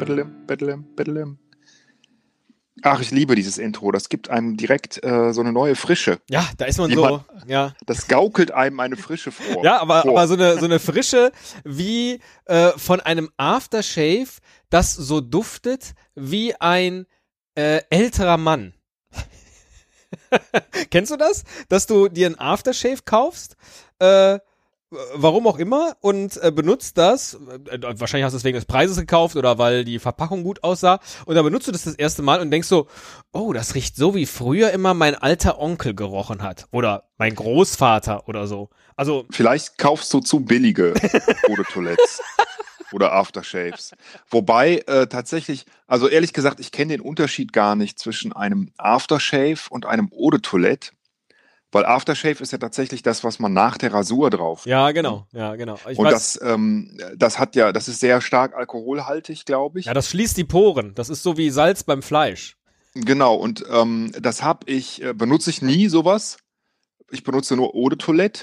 Badalem, badalem, badalem. Ach, ich liebe dieses Intro. Das gibt einem direkt so eine neue Frische. Ja, da ist man ja. Das gaukelt einem eine Frische vor. Ja, aber so eine Frische wie von einem Aftershave, das so duftet wie ein älterer Mann. Kennst du das? Dass du dir ein Aftershave kaufst, warum auch immer, und benutzt das, wahrscheinlich hast du es wegen des Preises gekauft oder weil die Verpackung gut aussah, und dann benutzt du das erste Mal und denkst so, oh, das riecht so, wie früher immer mein alter Onkel gerochen hat oder mein Großvater oder so. Also vielleicht kaufst du zu billige Eau de Toilettes oder Aftershaves. Wobei tatsächlich, also ehrlich gesagt, ich kenne den Unterschied gar nicht zwischen einem Aftershave und einem Eau de Toilette. Weil Aftershave ist ja tatsächlich das, was man nach der Rasur drauf. Ja, genau, ja, genau. Und das ist sehr stark alkoholhaltig, glaube ich. Ja, das schließt die Poren. Das ist so wie Salz beim Fleisch. Genau, und das benutze ich nie sowas. Ich benutze nur Eau de Toilette.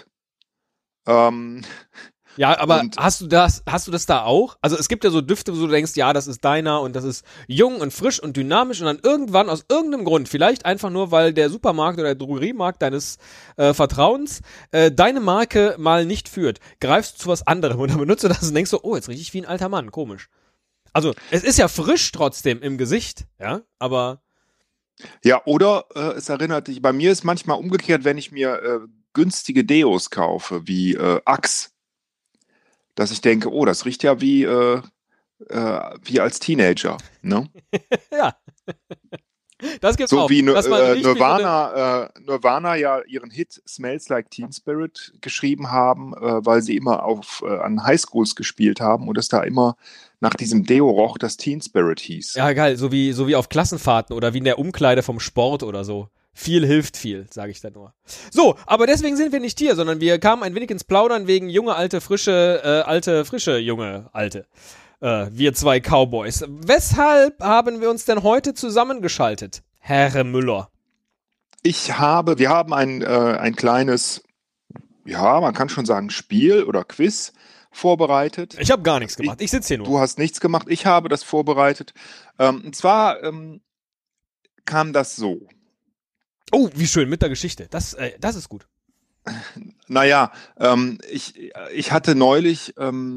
Ja, aber hast du das da auch? Also es gibt ja so Düfte, wo du denkst, ja, das ist deiner und das ist jung und frisch und dynamisch, und dann irgendwann aus irgendeinem Grund, vielleicht einfach nur, weil der Supermarkt oder der Drogeriemarkt deines Vertrauens deine Marke mal nicht führt, greifst du zu was anderem und dann benutzt du das und denkst so, oh, jetzt riech ich wie ein alter Mann, komisch. Also es ist ja frisch trotzdem im Gesicht, ja, aber... Ja, oder es erinnert dich, bei mir ist manchmal umgekehrt, wenn ich mir günstige Deos kaufe, wie Axe, dass ich denke, oh, das riecht ja wie als Teenager, ne? Ja. Das gibt's so auch. Wie Nirvana ja ihren Hit Smells Like Teen Spirit geschrieben haben, weil sie immer an Highschools gespielt haben und es da immer nach diesem Deo roch, das Teen Spirit hieß. Ja, geil, so wie auf Klassenfahrten oder wie in der Umkleide vom Sport oder so. Viel hilft viel, sage ich da nur. So, aber deswegen sind wir nicht hier, sondern wir kamen ein wenig ins Plaudern wegen junge, alte, frische, junge, alte. Wir zwei Cowboys. Weshalb haben wir uns denn heute zusammengeschaltet, Herr Müller? Wir haben ein kleines, ja, man kann schon sagen, Spiel oder Quiz vorbereitet. Ich habe gar nichts gemacht, ich sitze hier nur. Du hast nichts gemacht, ich habe das vorbereitet. Und zwar kam das so. Oh, wie schön, mit der Geschichte. Das ist gut. Naja, ich hatte neulich,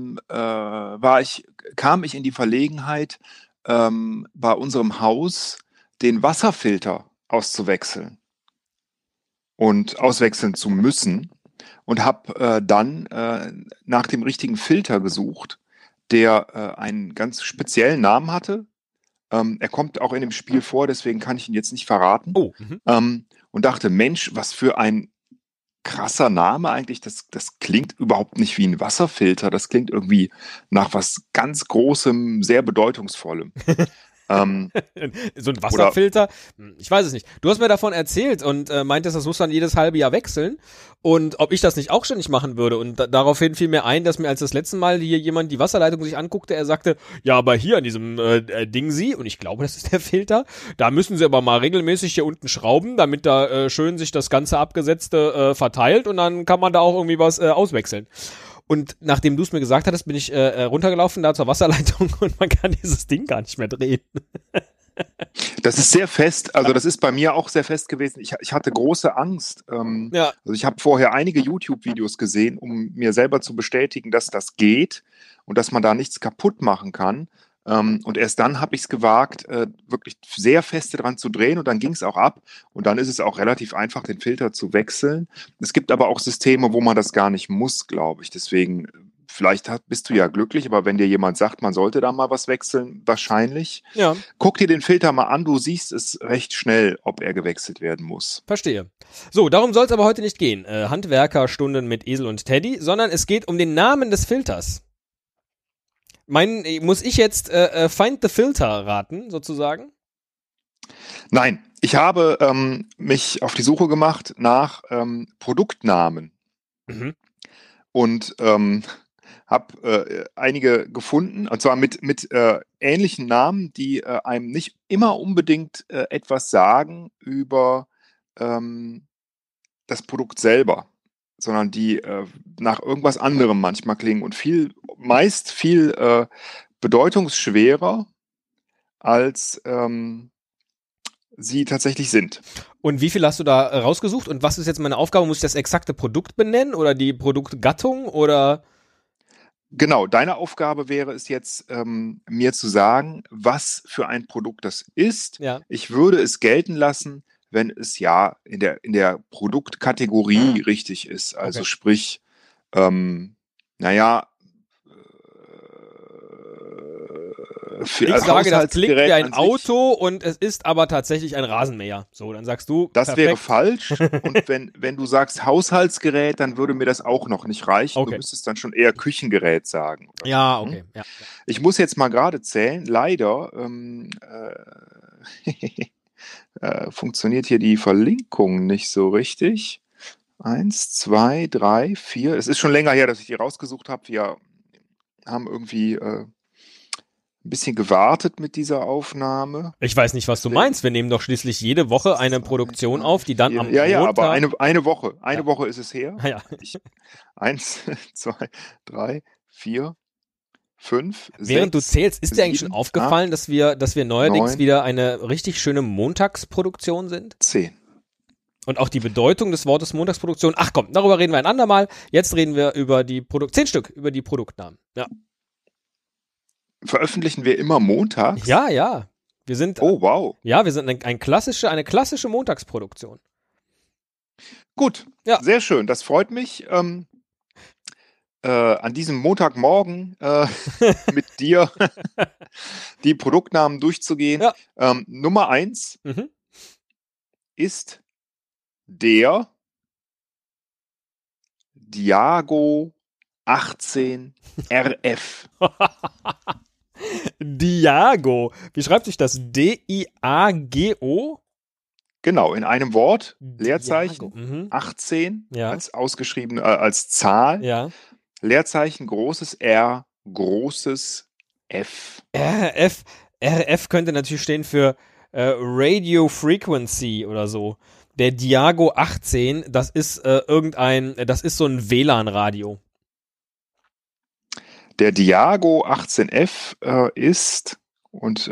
kam ich in die Verlegenheit, bei unserem Haus den Wasserfilter auszuwechseln und auswechseln zu müssen, und habe dann nach dem richtigen Filter gesucht, der einen ganz speziellen Namen hatte. Er kommt auch in dem Spiel vor, deswegen kann ich ihn jetzt nicht verraten. Oh. Und dachte, Mensch, was für ein krasser Name eigentlich. Das klingt überhaupt nicht wie ein Wasserfilter. Das klingt irgendwie nach was ganz Großem, sehr Bedeutungsvollem. So ein Wasserfilter? Ich weiß es nicht. Du hast mir davon erzählt und meintest, das muss dann jedes halbe Jahr wechseln. Und ob ich das nicht auch ständig machen würde. Und daraufhin fiel mir ein, dass mir als das letzte Mal hier jemand die Wasserleitung sich anguckte, er sagte, ja, aber hier an diesem Ding Sie, und ich glaube, das ist der Filter, da müssen Sie aber mal regelmäßig hier unten schrauben, damit da schön sich das ganze Abgesetzte verteilt, und dann kann man da auch irgendwie was auswechseln. Und nachdem du es mir gesagt hattest, bin ich runtergelaufen da zur Wasserleitung und man kann dieses Ding gar nicht mehr drehen. Das ist sehr fest, also das ist bei mir auch sehr fest gewesen. Ich hatte große Angst. Ja. Also ich habe vorher einige YouTube-Videos gesehen, um mir selber zu bestätigen, dass das geht und dass man da nichts kaputt machen kann. Und erst dann habe ich es gewagt, wirklich sehr feste dran zu drehen, und dann ging es auch ab. Und dann ist es auch relativ einfach, den Filter zu wechseln. Es gibt aber auch Systeme, wo man das gar nicht muss, glaube ich. Deswegen, vielleicht bist du ja glücklich, aber wenn dir jemand sagt, man sollte da mal was wechseln, wahrscheinlich. Ja. Guck dir den Filter mal an, du siehst es recht schnell, ob er gewechselt werden muss. Verstehe. So, darum soll es aber heute nicht gehen. Handwerkerstunden mit Esel und Teddy, sondern es geht um den Namen des Filters. Muss ich jetzt Find the Filter raten, sozusagen? Nein, ich habe mich auf die Suche gemacht nach Produktnamen. Mhm. Und habe einige gefunden, und zwar mit ähnlichen Namen, die einem nicht immer unbedingt etwas sagen über das Produkt selber, sondern die nach irgendwas anderem manchmal klingen und meist viel bedeutungsschwerer als sie tatsächlich sind. Und wie viel hast du da rausgesucht? Und was ist jetzt meine Aufgabe? Muss ich das exakte Produkt benennen oder die Produktgattung oder? Genau, deine Aufgabe wäre es jetzt, mir zu sagen, was für ein Produkt das ist. Ja. Ich würde es gelten lassen, wenn es ja in der Produktkategorie richtig ist. Also Okay. sprich, naja, Ich sage, das klingt wie ein an sich, Auto und es ist aber tatsächlich ein Rasenmäher. So, dann sagst du, das perfekt. wäre falsch. Und wenn du sagst Haushaltsgerät, dann würde mir das auch noch nicht reichen. Okay. Du müsstest dann schon eher Küchengerät sagen. Oder Ja, so. okay. Ja. Ich muss jetzt mal gerade zählen. Leider funktioniert hier die Verlinkung nicht so richtig. 1, 2, 3, 4. Es ist schon länger her, dass ich die rausgesucht habe. Wir haben irgendwie ein bisschen gewartet mit dieser Aufnahme. Ich weiß nicht, was du meinst. Wir nehmen doch schließlich jede Woche eine Produktion auf, die dann am Montag... Ja, aber eine Woche. Eine Woche ist es her. Ja. 1, 2, 3, 4, 5, 6, Während du zählst, ist dir eigentlich schon 7, aufgefallen, 8, dass wir neuerdings 9, wieder eine richtig schöne Montagsproduktion sind? 10. Und auch die Bedeutung des Wortes Montagsproduktion. Ach komm, darüber reden wir ein andermal. Jetzt reden wir über die 10 Stück, über die Produktnamen. Ja. Veröffentlichen wir immer montags? Ja. Wir sind, oh, wow. Ja, wir sind eine klassische Montagsproduktion. Gut, ja. Sehr schön. Das freut mich. An diesem Montagmorgen mit dir die Produktnamen durchzugehen. Ja. Nummer 1 ist der Diago 18 RF. Diago. Wie schreibt sich das? D-I-A-G-O? Genau, in einem Wort, Leerzeichen, 18 als ausgeschrieben, als Zahl, Leerzeichen, großes R, großes F. RF könnte natürlich stehen für Radio Frequency oder so. Der Diago 18, das ist das ist so ein WLAN-Radio. Der Diago 18F ist und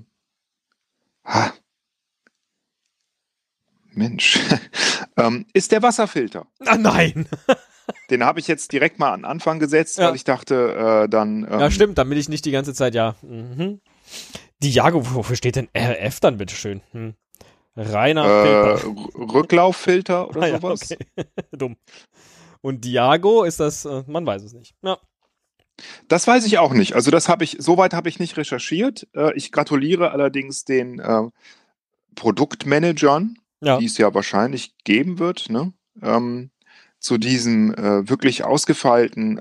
Mensch, ist der Wasserfilter. Ah, nein! Den habe ich jetzt direkt mal an Anfang gesetzt, weil ich dachte, dann... ja, stimmt, damit ich nicht die ganze Zeit, Diago, wofür steht denn RF dann, bitteschön? Reiner Filter. Rücklauffilter oder sowas? Okay. Dumm. Und Diago ist das, man weiß es nicht. Ja. Das weiß ich auch nicht. Also soweit habe ich nicht recherchiert. Ich gratuliere allerdings den Produktmanagern, die es ja wahrscheinlich geben wird, ne? Zu diesem wirklich ausgefeilten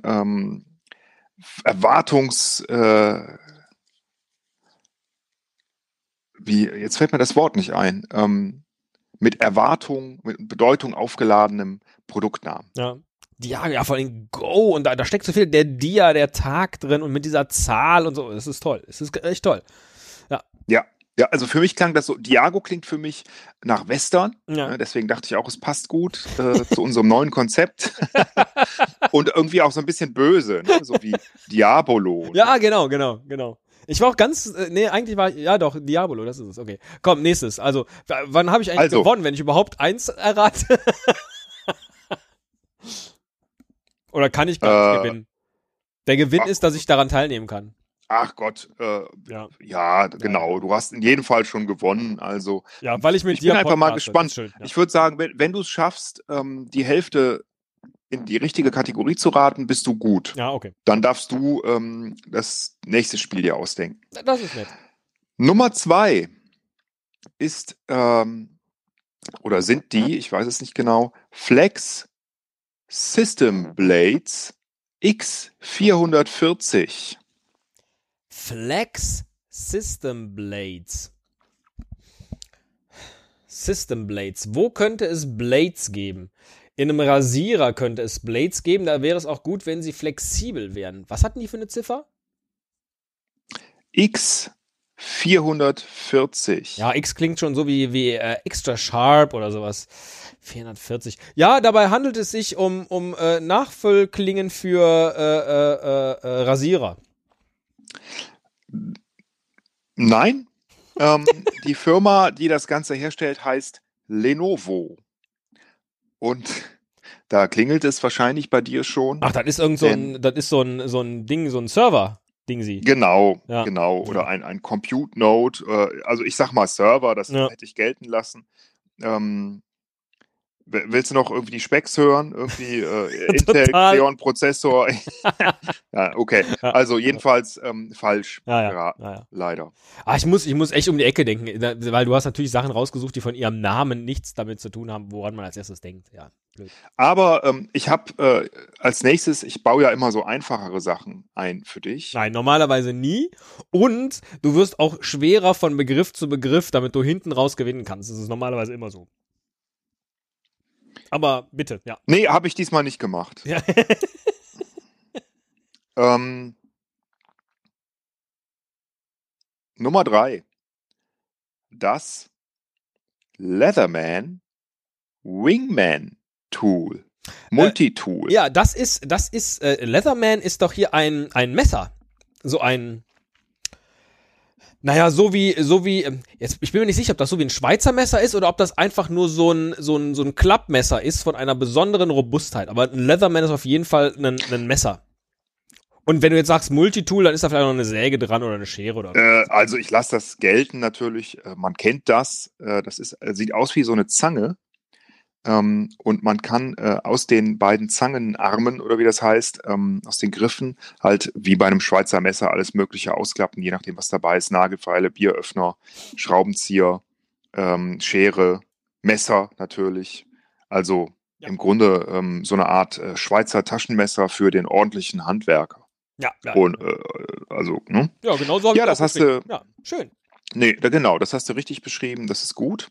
jetzt fällt mir das Wort nicht ein, mit Erwartung, mit Bedeutung aufgeladenem Produktnamen. Ja. Ja, vor allem Go und da steckt so viel der Tag drin und mit dieser Zahl und so. Das ist toll. Es ist echt toll. Ja, also für mich klang das so, Diago klingt für mich nach Western, deswegen dachte ich auch, es passt gut zu unserem neuen Konzept und irgendwie auch so ein bisschen böse, ne? So wie Diabolo. Ja, genau. Ich war auch doch, Diabolo, das ist es, okay. Komm, nächstes, also, wann habe ich eigentlich gewonnen, wenn ich überhaupt 1 errate? Oder kann ich gar nicht gewinnen? Der Gewinn ist, dass ich daran teilnehmen kann. Ach Gott, ja, genau. Du hast in jedem Fall schon gewonnen. Also ja, weil ich bin einfach mal gespannt. Schön, Ich würde sagen, wenn du es schaffst, die Hälfte in die richtige Kategorie zu raten, bist du gut. Ja, okay. Dann darfst du das nächste Spiel dir ausdenken. Das ist nett. Nummer 2 ist oder sind die, ich weiß es nicht genau, Flex System Blades X440. Flex System Blades. System Blades. Wo könnte es Blades geben? In einem Rasierer könnte es Blades geben. Da wäre es auch gut, wenn sie flexibel wären. Was hatten die für eine Ziffer? X440. Ja, X klingt schon so wie extra sharp oder sowas. 440. Ja, dabei handelt es sich um Nachfüllklingen für Rasierer. Nein, Die Firma, die das Ganze herstellt, heißt Lenovo. Und da klingelt es wahrscheinlich bei dir schon. Ach, das ist so ein Ding, so ein Server-Ding sie. Genau, Ja. genau. Oder ein Compute Node. Also ich sag mal Server, das hätte ich gelten lassen. Willst du noch irgendwie die Specks hören? Irgendwie Intel Xeon Prozessor? Ja, okay. Ja. Also jedenfalls falsch. Ja. Leider. Ich muss echt um die Ecke denken, weil du hast natürlich Sachen rausgesucht, die von ihrem Namen nichts damit zu tun haben, woran man als erstes denkt. Ja, blöd. Aber ich habe als nächstes, ich baue ja immer so einfachere Sachen ein für dich. Nein, normalerweise nie. Und du wirst auch schwerer von Begriff zu Begriff, damit du hinten raus gewinnen kannst. Das ist normalerweise immer so. Aber bitte, ja. Nee, habe ich diesmal nicht gemacht. Ja. Nummer 3. Das Leatherman Wingman Tool. Multitool. Ja, das ist Leatherman ist doch hier ein Messer. So ein, naja, so wie, jetzt, ich bin mir nicht sicher, ob das so wie ein Schweizer Messer ist oder ob das einfach nur so ein Klappmesser ist von einer besonderen Robustheit. Aber ein Leatherman ist auf jeden Fall ein Messer. Und wenn du jetzt sagst Multitool, dann ist da vielleicht noch eine Säge dran oder eine Schere oder also ich lasse das gelten natürlich. Man kennt das. Das sieht aus wie so eine Zange. Und man kann aus den beiden Zangenarmen oder wie das heißt, aus den Griffen halt wie bei einem Schweizer Messer alles Mögliche ausklappen, je nachdem was dabei ist. Nagelfeile, Bieröffner, Schraubenzieher, Schere, Messer natürlich. Also im Grunde so eine Art Schweizer Taschenmesser für den ordentlichen Handwerker. Ja. Und also, ne? Ja, genau so habe ich das hast du. Ja, schön. Nee, genau, das hast du richtig beschrieben, das ist gut.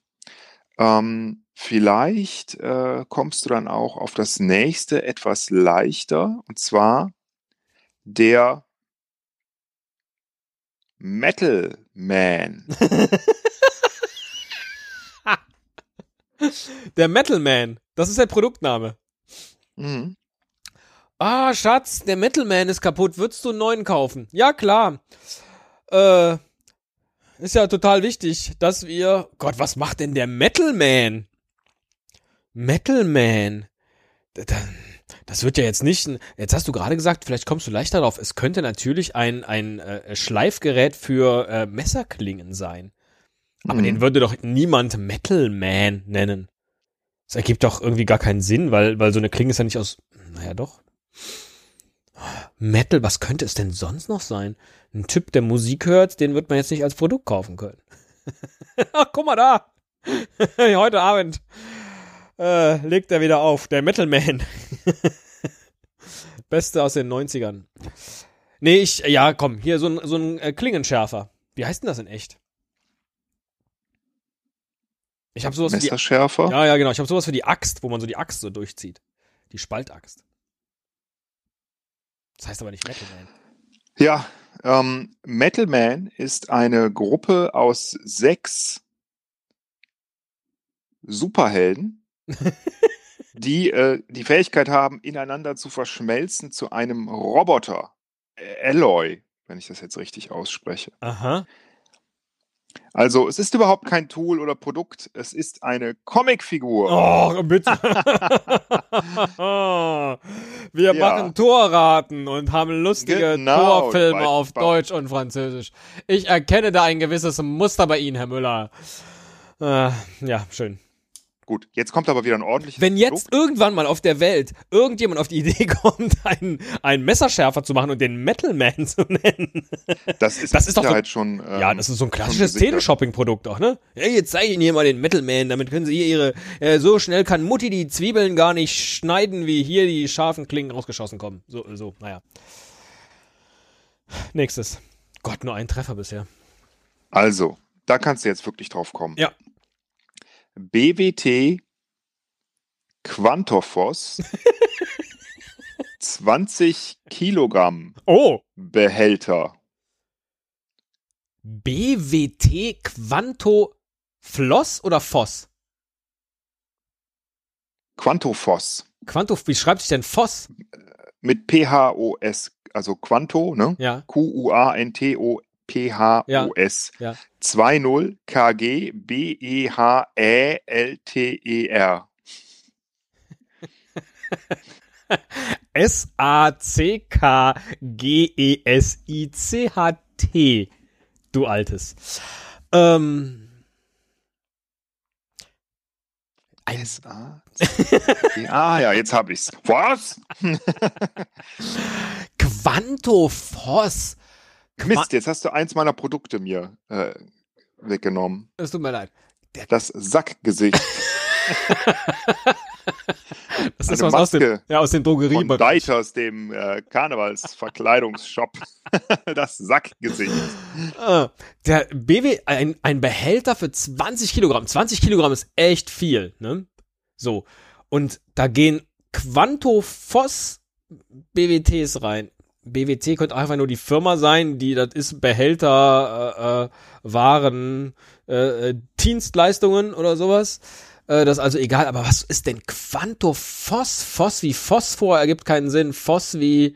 Vielleicht kommst du dann auch auf das nächste etwas leichter, und zwar der Metal Man. Der Metal Man, das ist der Produktname. Mhm. Ah, Schatz, der Metal Man ist kaputt, würdest du einen neuen kaufen? Ja, klar. Ist ja total wichtig, dass wir... Gott, was macht denn der Metal Man? Metal Man. Das wird ja jetzt nicht... Jetzt hast du gerade gesagt, vielleicht kommst du leichter drauf. Es könnte natürlich ein Schleifgerät für Messerklingen sein. Aber den würde doch niemand Metal Man nennen. Das ergibt doch irgendwie gar keinen Sinn, weil so eine Klinge ist ja nicht aus... Naja, doch. Metal, was könnte es denn sonst noch sein? Ein Typ, der Musik hört, den wird man jetzt nicht als Produkt kaufen können. Ach, guck mal da. Heute Abend legt er wieder auf. Der Metal Man. Beste aus den 90ern. Nee, komm, hier so ein Klingenschärfer. Wie heißt denn das in echt? Ich habe sowas Messerschärfer? Ja, genau. Ich habe sowas für die Axt, wo man so die Axt so durchzieht. Die Spaltaxt. Das heißt aber nicht Metal Man. Ja, Metal Man ist eine Gruppe aus 6 Superhelden, die die Fähigkeit haben, ineinander zu verschmelzen zu einem Roboter. Alloy, wenn ich das jetzt richtig ausspreche. Aha. Also, es ist überhaupt kein Tool oder Produkt, es ist eine Comicfigur. Oh, bitte. Wir machen Torraten und haben lustige Torfilme auf Deutsch und Französisch. Ich erkenne da ein gewisses Muster bei Ihnen, Herr Müller. Ja, schön. Gut, jetzt kommt aber wieder ein ordentliches Wenn jetzt irgendwann mal auf der Welt irgendjemand auf die Idee kommt, einen Messerschärfer zu machen und den Metal Man zu nennen. Das ist doch so, schon. Das ist so ein klassisches Teleshopping-Produkt auch, ne? Hey, jetzt zeige ich Ihnen hier mal den Metal Man, damit können Sie hier so schnell kann Mutti die Zwiebeln gar nicht schneiden, wie hier die scharfen Klingen rausgeschossen kommen. So, naja. Nächstes. Gott, nur ein Treffer bisher. Also, da kannst du jetzt wirklich drauf kommen. Ja. BWT Quantophos 20 Kilogramm Behälter. BWT Quantofloss oder Foss? Quantophos. Wie schreibt sich denn Foss? Mit P-H-O-S, also Quanto, ne? Ja. Q-U-A-N-T-O-P-H-O-S. PHOS. Ja. 20 KG BEHÄLTER. SACKGESICHT. Du Altes. Ja, jetzt hab ich's. Was? Quantophos. Mist, jetzt hast du eins meiner Produkte mir weggenommen. Es tut mir leid. Das Sackgesicht. Das ist was aus dem Drogeriebereich. Von Deiters, dem Karnevalsverkleidungsshop. Das Sackgesicht. Der ein Behälter für 20 Kilogramm. 20 Kilogramm ist echt viel, ne? So. Und da gehen Quantophos BWTs rein. BWT könnte einfach nur die Firma sein, die, das ist Behälter, Waren, Dienstleistungen oder sowas. Das ist also egal, aber was ist denn Quantophos? Phos wie Phosphor ergibt keinen Sinn. Phos wie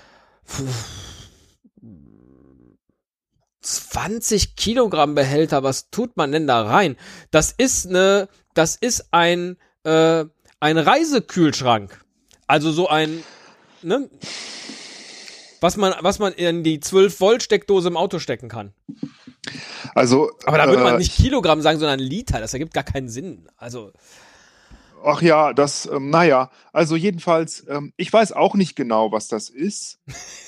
20 Kilogramm Behälter, was tut man denn da rein? Das ist ein Reisekühlschrank. Also so ein, ne? Was man in die 12-Volt-Steckdose im Auto stecken kann. Also, aber da würde man nicht Kilogramm sagen, sondern Liter. Das ergibt gar keinen Sinn. Also. Ach ja, also jedenfalls, ich weiß auch nicht genau, was das ist.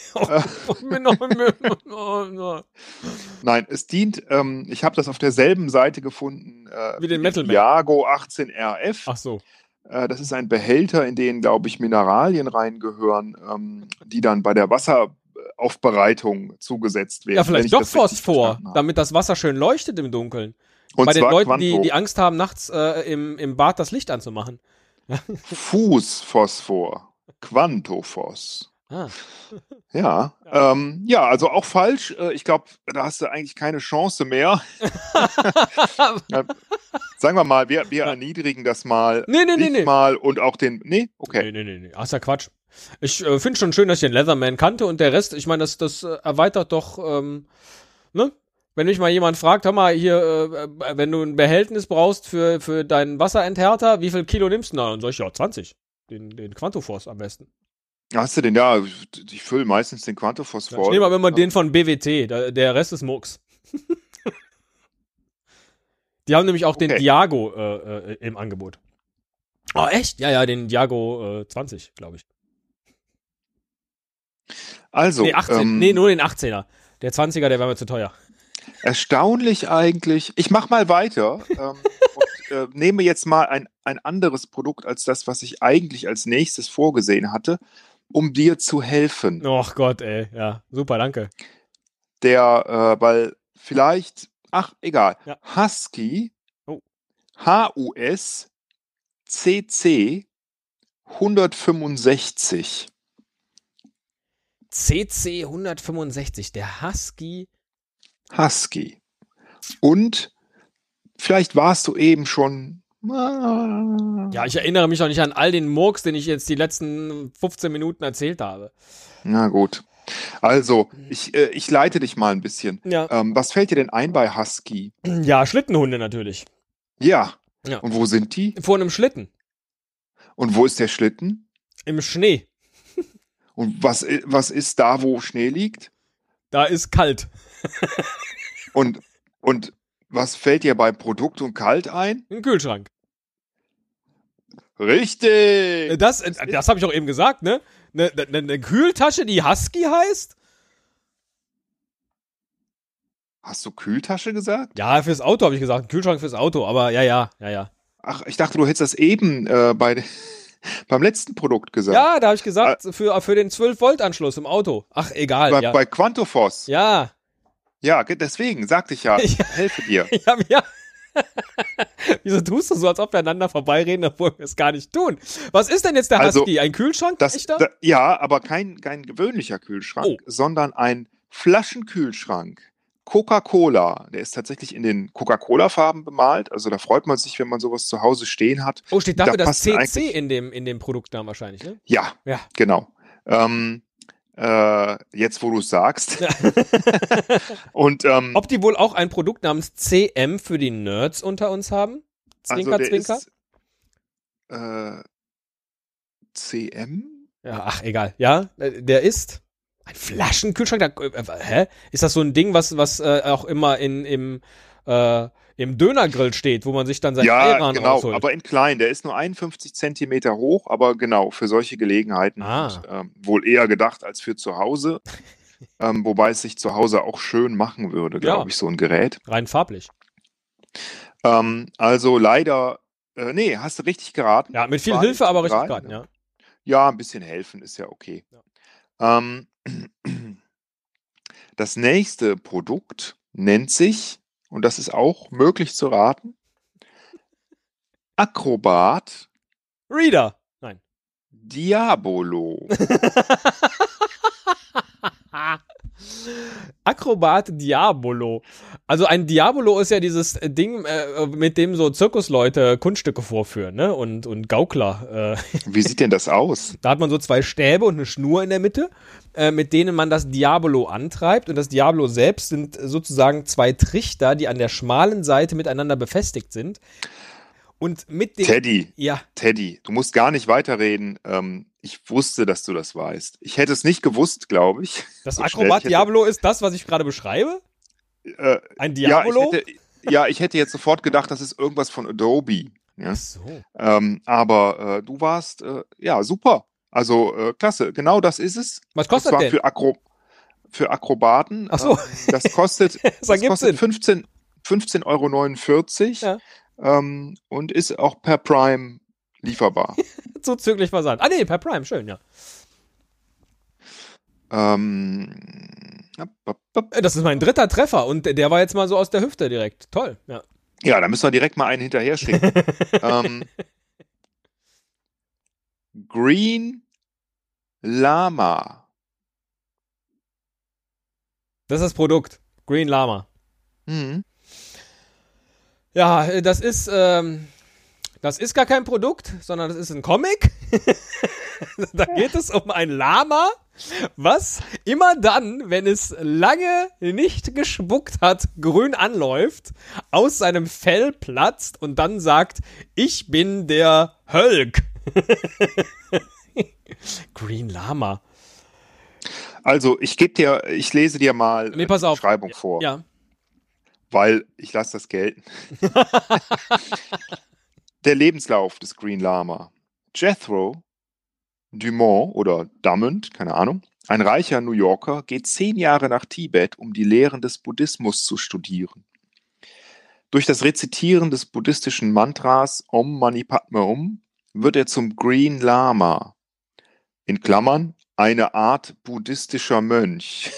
Nein, es dient, ich habe das auf derselben Seite gefunden, wie den Metal Man. Diago 18RF. Ach so. Das ist ein Behälter, in den, glaube ich, Mineralien reingehören, die dann bei der Wasseraufbereitung zugesetzt werden. Ja, vielleicht doch Phosphor, damit das Wasser schön leuchtet im Dunkeln. Und bei den Leuten, die Angst haben, nachts im Bad das Licht anzumachen. Fußphosphor. Quantophos. Ja, also auch falsch. Ich glaube, da hast du eigentlich keine Chance mehr. Sagen wir mal, wir erniedrigen das mal. Nee. Mal und auch den. Nee, okay. Nee. Ach, ist ja Quatsch. Ich finde schon schön, dass ich den Leatherman kannte und der Rest, ich meine, das erweitert doch, ne? Wenn mich mal jemand fragt, hör mal, hier, wenn du ein Behältnis brauchst für deinen Wasserenthärter, wie viel Kilo nimmst du da? Und sag ich, ja, 20. Den Quantophos am besten. Hast du den? Ja, ich fülle meistens den Quantophos voll. Ich nehme aber immer den von BWT, der Rest ist Murks. Die haben nämlich auch den Diago im Angebot. Oh, echt? Ja, den Diago 20, glaube ich. Also. Nee, 18. Nur den 18er. Der 20er, der war mir zu teuer. Erstaunlich eigentlich. Ich mach mal weiter und nehme jetzt mal ein anderes Produkt als das, was ich eigentlich als nächstes vorgesehen hatte, um dir zu helfen. Och Gott, ey. Ja, super, danke. Weil vielleicht, egal. Ja. Husky HUS CC 165. CC 165, der Husky. Und vielleicht warst du eben schon. Ja, ich erinnere mich noch nicht an all den Murks, den ich jetzt die letzten 15 Minuten erzählt habe. Na gut. Also, ich leite dich mal ein bisschen. Ja. Was fällt dir denn ein bei Husky? Ja, Schlittenhunde natürlich. Ja. Und wo sind die? Vor einem Schlitten. Und wo ist der Schlitten? Im Schnee. Und was ist da, wo Schnee liegt? Da ist kalt. Und was fällt dir bei Produkt und Kalt ein? Ein Kühlschrank. Richtig! Das habe ich auch eben gesagt, ne? Eine Kühltasche, die Husky heißt? Hast du Kühltasche gesagt? Ja, fürs Auto habe ich gesagt. Ein Kühlschrank fürs Auto, aber ja. Ach, ich dachte, du hättest das eben beim letzten Produkt gesagt. Ja, da habe ich gesagt, für den 12-Volt-Anschluss im Auto. Ach, egal. Bei Quantophos. Ja. Ja, deswegen sagte ich ja, helfe dir. Ja. Wieso tust du so, als ob wir einander vorbeireden, obwohl wir es gar nicht tun? Was ist denn jetzt der Husky? Ein Kühlschrank? Ja, aber kein gewöhnlicher Kühlschrank, sondern ein Flaschenkühlschrank. Coca-Cola, der ist tatsächlich in den Coca-Cola-Farben bemalt, also da freut man sich, wenn man sowas zu Hause stehen hat. Oh, steht dafür das CC in dem Produktnamen wahrscheinlich, ne? Ja, genau. Jetzt, wo du es sagst. Und, ob die wohl auch ein Produkt namens CM für die Nerds unter uns haben? Zwinker, also Zwinker. Ist, CM? Ja, ach, egal. Ja, der ist ein Flaschenkühlschrank. Hä? Ist das so ein Ding, was auch immer im Dönergrill steht, wo man sich dann sein Eiran genau, rausholt? aber in klein. Der ist nur 51 Zentimeter hoch, aber genau, für solche Gelegenheiten und, wohl eher gedacht als für zu Hause. Wobei es sich zu Hause auch schön machen würde, glaube ich, so ein Gerät. Rein farblich. Also leider, nee, hast du richtig geraten. Ja, mit viel Hilfe, aber richtig geraten, ja. Ja, ein bisschen helfen ist ja okay. Ja. Das nächste Produkt nennt sich, und das ist auch möglich zu raten, Acrobat Reader. Nein. Diabolo. Acrobat Diabolo. Also ein Diabolo ist ja dieses Ding, mit dem so Zirkusleute Kunststücke vorführen, ne? Und Gaukler. Wie sieht denn das aus? Da hat man so 2 Stäbe und eine Schnur in der Mitte, mit denen man das Diabolo antreibt. Und das Diabolo selbst sind sozusagen 2 Trichter, die an der schmalen Seite miteinander befestigt sind. Und mit dem Teddy, du musst gar nicht weiterreden. Ich wusste, dass du das weißt. Ich hätte es nicht gewusst, glaube ich. Das so Acrobat Diabolo ist das, was ich gerade beschreibe? Ein Diabolo? Ich hätte jetzt sofort gedacht, das ist irgendwas von Adobe. Ja? Ach so. Aber du warst, super. Also, klasse. Genau das ist es. Was kostet denn? Für Akrobaten. Ach so. Das kostet, das kostet 15,49 €. Ja. Und ist auch per Prime lieferbar. Zuzüglich Versand. Ah nee, per Prime, schön, ja. Das ist mein 3. Treffer und der war jetzt mal so aus der Hüfte direkt. Toll, ja. Ja, da müssen wir direkt mal einen hinterher schicken. Green Lama. Das ist das Produkt. Green Lama. Mhm. Ja, das ist gar kein Produkt, sondern das ist ein Comic. Da geht es um ein Lama, was immer dann, wenn es lange nicht gespuckt hat, grün anläuft, aus seinem Fell platzt und dann sagt, ich bin der Hulk. Green Lama. Also, ich lese dir mal die Beschreibung vor. Ja. Weil ich lasse das gelten. Der Lebenslauf des Green Lama. Jethro Dumont oder Drummond, keine Ahnung, ein reicher New Yorker, geht 10 Jahre nach Tibet, um die Lehren des Buddhismus zu studieren. Durch das Rezitieren des buddhistischen Mantras Om Mani Padme Hum wird er zum Green Lama. In Klammern, eine Art buddhistischer Mönch.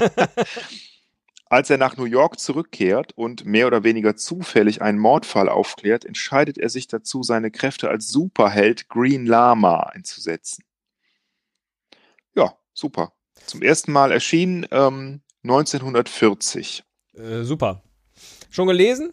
Als er nach New York zurückkehrt und mehr oder weniger zufällig einen Mordfall aufklärt, entscheidet er sich dazu, seine Kräfte als Superheld Green Lama einzusetzen. Ja, super. Zum ersten Mal erschienen 1940. Super. Schon gelesen?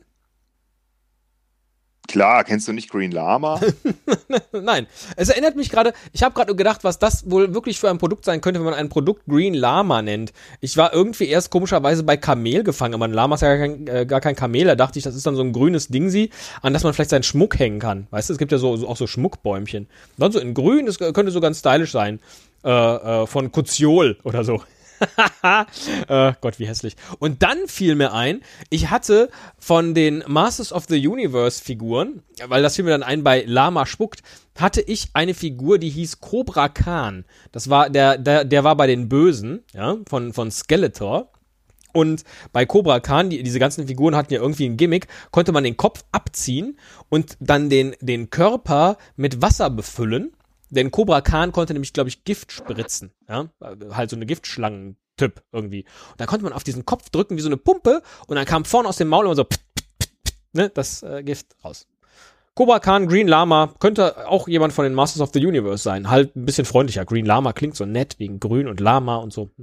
Klar, kennst du nicht Green Lama? Nein, es erinnert mich gerade, ich habe gerade gedacht, was das wohl wirklich für ein Produkt sein könnte, wenn man ein Produkt Green Lama nennt. Ich war irgendwie erst komischerweise bei Kamel gefangen, aber ein Lama ist ja gar kein Kamel, da dachte ich, das ist dann so ein grünes Dingsi, an das man vielleicht seinen Schmuck hängen kann. Weißt du, es gibt ja auch so Schmuckbäumchen. Dann so in grün, das könnte so ganz stylisch sein. Von Koziol oder so. Gott, wie hässlich. Und dann fiel mir ein, ich hatte von den Masters of the Universe Figuren, weil das fiel mir dann ein bei Lama spuckt, hatte ich eine Figur, die hieß Cobra Khan. Das war der war bei den Bösen, ja, von Skeletor. Und bei Cobra Khan, diese ganzen Figuren hatten ja irgendwie ein Gimmick, konnte man den Kopf abziehen und dann den Körper mit Wasser befüllen. Denn Cobra Khan konnte nämlich, glaube ich, Gift spritzen. Ja? Halt so eine Giftschlangen-Typ irgendwie. Und da konnte man auf diesen Kopf drücken wie so eine Pumpe und dann kam vorne aus dem Maul immer so ne, das Gift raus. Cobra Khan, Green Lama, könnte auch jemand von den Masters of the Universe sein. Halt ein bisschen freundlicher. Green Lama klingt so nett, wegen Grün und Lama und so.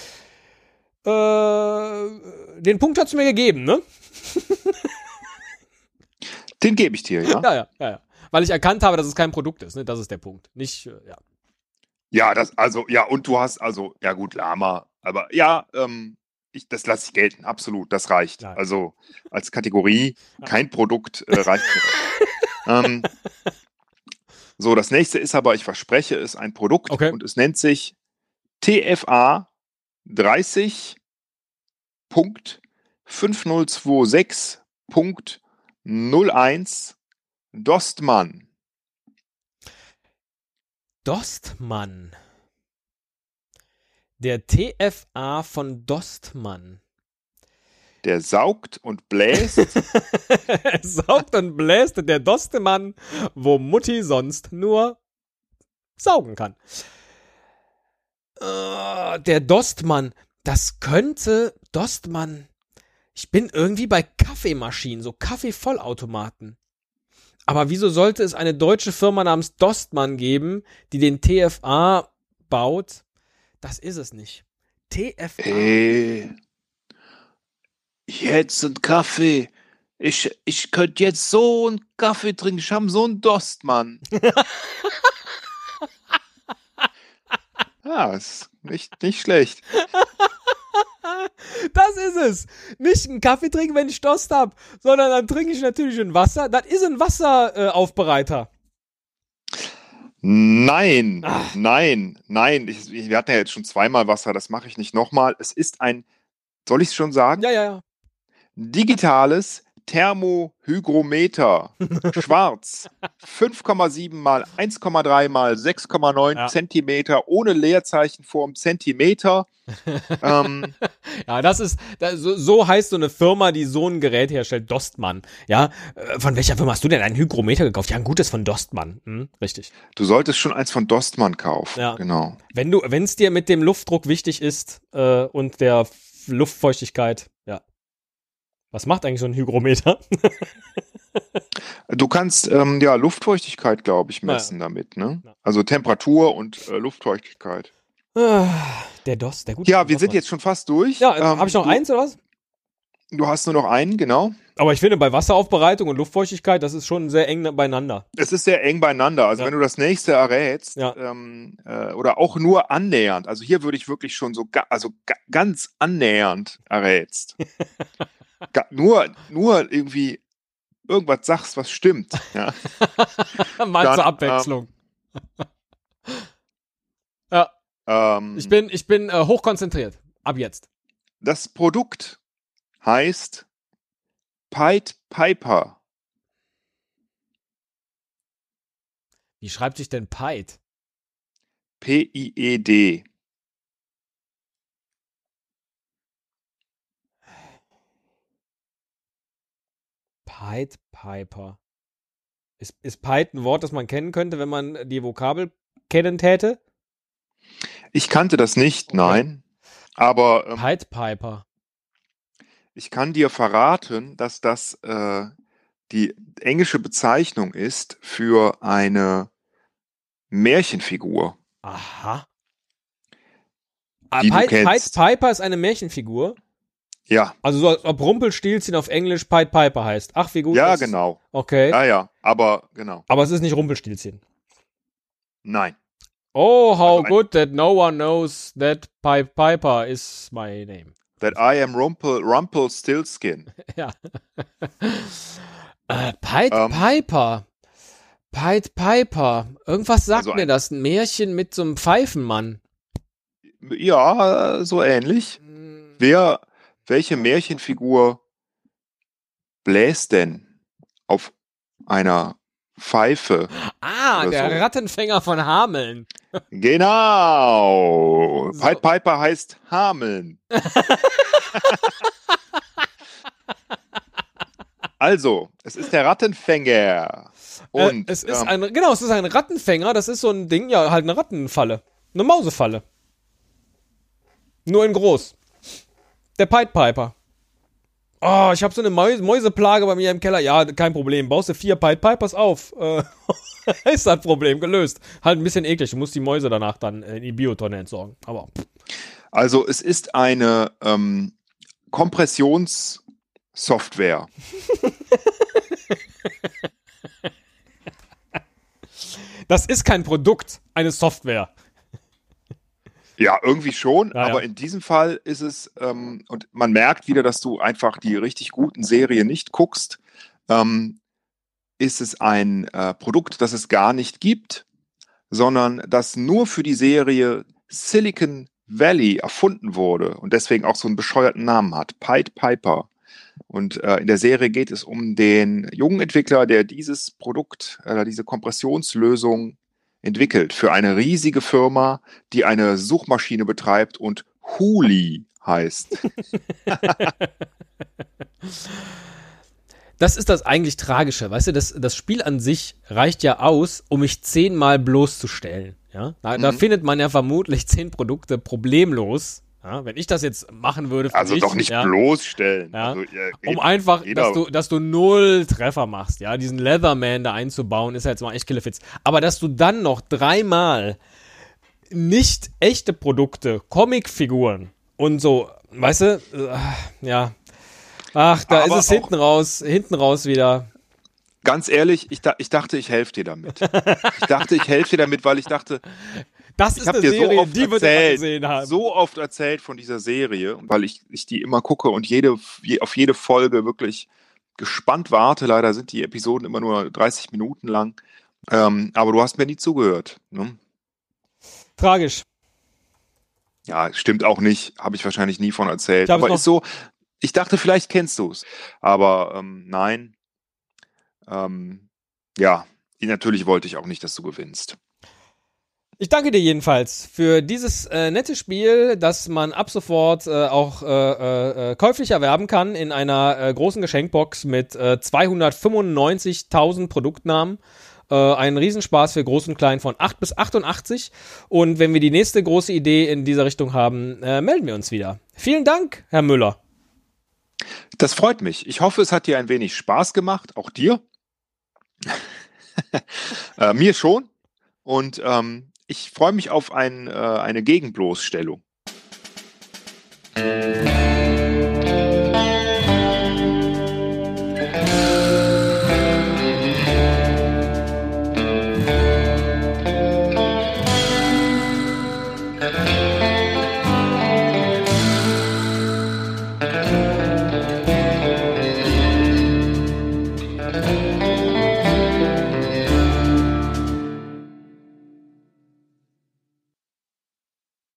Den Punkt hat's mir gegeben, ne? Den gebe ich dir, ja? Ja. Weil ich erkannt habe, dass es kein Produkt ist, ne? Das ist der Punkt. Nicht, ja. Ja, und du hast, ja gut, Lama, aber ja, das lasse ich gelten, absolut, das reicht. Ja. Also als Kategorie, kein Produkt reicht mir das. So, das nächste ist aber, ich verspreche es, ein Produkt Okay. und es nennt sich TFA 30.5026.01 Dostmann. Dostmann. Der TFA von Dostmann. Der saugt und bläst. Saugt und bläst der Dostemann, wo Mutti sonst nur saugen kann. Der Dostmann. Das könnte Dostmann. Ich bin irgendwie bei Kaffeemaschinen, so Kaffeevollautomaten. Aber wieso sollte es eine deutsche Firma namens Dostmann geben, die den TFA baut? Das ist es nicht. TFA. Jetzt ein Kaffee. Ich könnte jetzt so einen Kaffee trinken. Ich habe so einen Durst, Mann. Ja, ist nicht schlecht. Das ist es. Nicht einen Kaffee trinken, wenn ich Durst habe, sondern dann trinke ich natürlich ein Wasser. Das ist ein Wasseraufbereiter. Nein. Wir hatten ja jetzt schon zweimal Wasser. Das mache ich nicht nochmal. Es ist soll ich es schon sagen? Ja. Digitales Thermohygrometer. Schwarz. 5,7 mal 1,3 mal 6,9 Zentimeter ohne Leerzeichen vorm Zentimeter. Ja, so heißt so eine Firma, die so ein Gerät herstellt, Dostmann. Ja, von welcher Firma hast du denn ein Hygrometer gekauft? Ja, ein gutes von Dostmann. Richtig. Du solltest schon eins von Dostmann kaufen. Ja. Genau. Wenn es dir mit dem Luftdruck wichtig ist und der Luftfeuchtigkeit, ja. Was macht eigentlich so ein Hygrometer? Du kannst Luftfeuchtigkeit, glaube ich, messen damit, ne? Also Temperatur und Luftfeuchtigkeit. Der gute. Ja, wir sind jetzt schon fast durch. Ja, habe ich noch eins oder was? Du hast nur noch einen, genau. Aber ich finde, bei Wasseraufbereitung und Luftfeuchtigkeit, das ist schon sehr eng beieinander. Es ist sehr eng beieinander. Also wenn du das nächste errätst, oder auch nur annähernd, also hier würde ich wirklich schon ganz annähernd errätst. nur irgendwie irgendwas sagst, was stimmt. Ja. Mal zur Abwechslung. Ja. Ich bin hochkonzentriert. Ab jetzt. Das Produkt heißt Pied Piper. Wie schreibt sich denn Pied? P-I-E-D. Pied Piper. Ist Pied ein Wort, das man kennen könnte, wenn man die Vokabel kennen täte? Ich kannte das nicht, nein. Aber Pied Piper. Ich kann dir verraten, dass das die englische Bezeichnung ist für eine Märchenfigur. Aha. Die du kennst. Pied Piper ist eine Märchenfigur? Ja. Also so, als ob Rumpelstilzchen auf Englisch Pied Piper heißt. Ach, wie gut. Ja, genau. Okay. Ja, aber genau. Aber es ist nicht Rumpelstilzchen. Nein. Oh, how good that no one knows that Pied Piper is my name. That I am Rumpelstiltskin. Ja. Pied Piper. Pied Piper. Irgendwas sagt mir das. Ein Märchen mit so einem Pfeifenmann. Ja, so ähnlich. Welche Märchenfigur bläst denn auf einer Pfeife? Ah, der Rattenfänger von Hameln. Genau. So. Pied Piper heißt Hameln. Also, es ist der Rattenfänger. Und es ist ein Rattenfänger. Das ist so ein Ding, ja, halt eine Rattenfalle. Eine Mausefalle. Nur in groß. Der Pied Piper. Oh, ich habe so eine Mäuseplage bei mir im Keller. Ja, kein Problem. Baust du 4 Pied Pipers auf. Ist das Problem gelöst. Halt ein bisschen eklig. Du musst die Mäuse danach dann in die Biotonne entsorgen. Aber. Also, es ist eine Kompressionssoftware. Das ist kein Produkt, eine Software. Ja, irgendwie schon, Ja, aber ja. in diesem Fall ist es, und man merkt wieder, dass du einfach die richtig guten Serien nicht guckst, ist es ein Produkt, das es gar nicht gibt, sondern das nur für die Serie Silicon Valley erfunden wurde und deswegen auch so einen bescheuerten Namen hat, Pied Piper. Und in der Serie geht es um den jungen Entwickler, der dieses Produkt, diese Kompressionslösung entwickelt für eine riesige Firma, die eine Suchmaschine betreibt und Huli heißt. Das ist das eigentlich Tragische, weißt du, das Spiel an sich reicht ja aus, um mich 10-mal bloßzustellen, ja. Da findet man ja vermutlich 10 Produkte problemlos, ja, wenn ich das jetzt machen würde für Also dich, doch nicht ja, bloßstellen. ja, Also, um einfach, jeder, dass du 0 Treffer machst, ja, diesen Leatherman da einzubauen, ist ja jetzt mal echt Killefits. Aber dass du dann noch 3-mal nicht echte Produkte, Comicfiguren und so, weißt du, ja. Ach, da aber ist es hinten raus wieder. ganz ehrlich, ich dachte, ich helfe dir damit. Weil ich dachte, Das ich ist habe eine dir so Serie, oft die wird er erzählt, gesehen haben. so oft erzählt von dieser Serie, weil ich die immer gucke und auf jede Folge wirklich gespannt warte. Leider sind die Episoden immer nur 30 Minuten lang. Aber du hast mir nie zugehört. Ne? Tragisch. Ja, stimmt auch nicht. Habe ich wahrscheinlich nie von erzählt. Ich habe es Aber noch. ist so, ich dachte, vielleicht kennst du es. Aber nein. Ja, natürlich wollte ich auch nicht, dass du gewinnst. Ich danke dir jedenfalls für dieses nette Spiel, das man ab sofort auch käuflich erwerben kann in einer großen Geschenkbox mit 295.000 Produktnamen. Ein Riesenspaß für Groß und Klein von 8 bis 88. Und wenn wir die nächste große Idee in dieser Richtung haben, melden wir uns wieder. Vielen Dank, Herr Müller. Das freut mich. Ich hoffe, es hat dir ein wenig Spaß gemacht, auch dir. Mir schon. Und ich freue mich auf eine Gegenbloßstellung.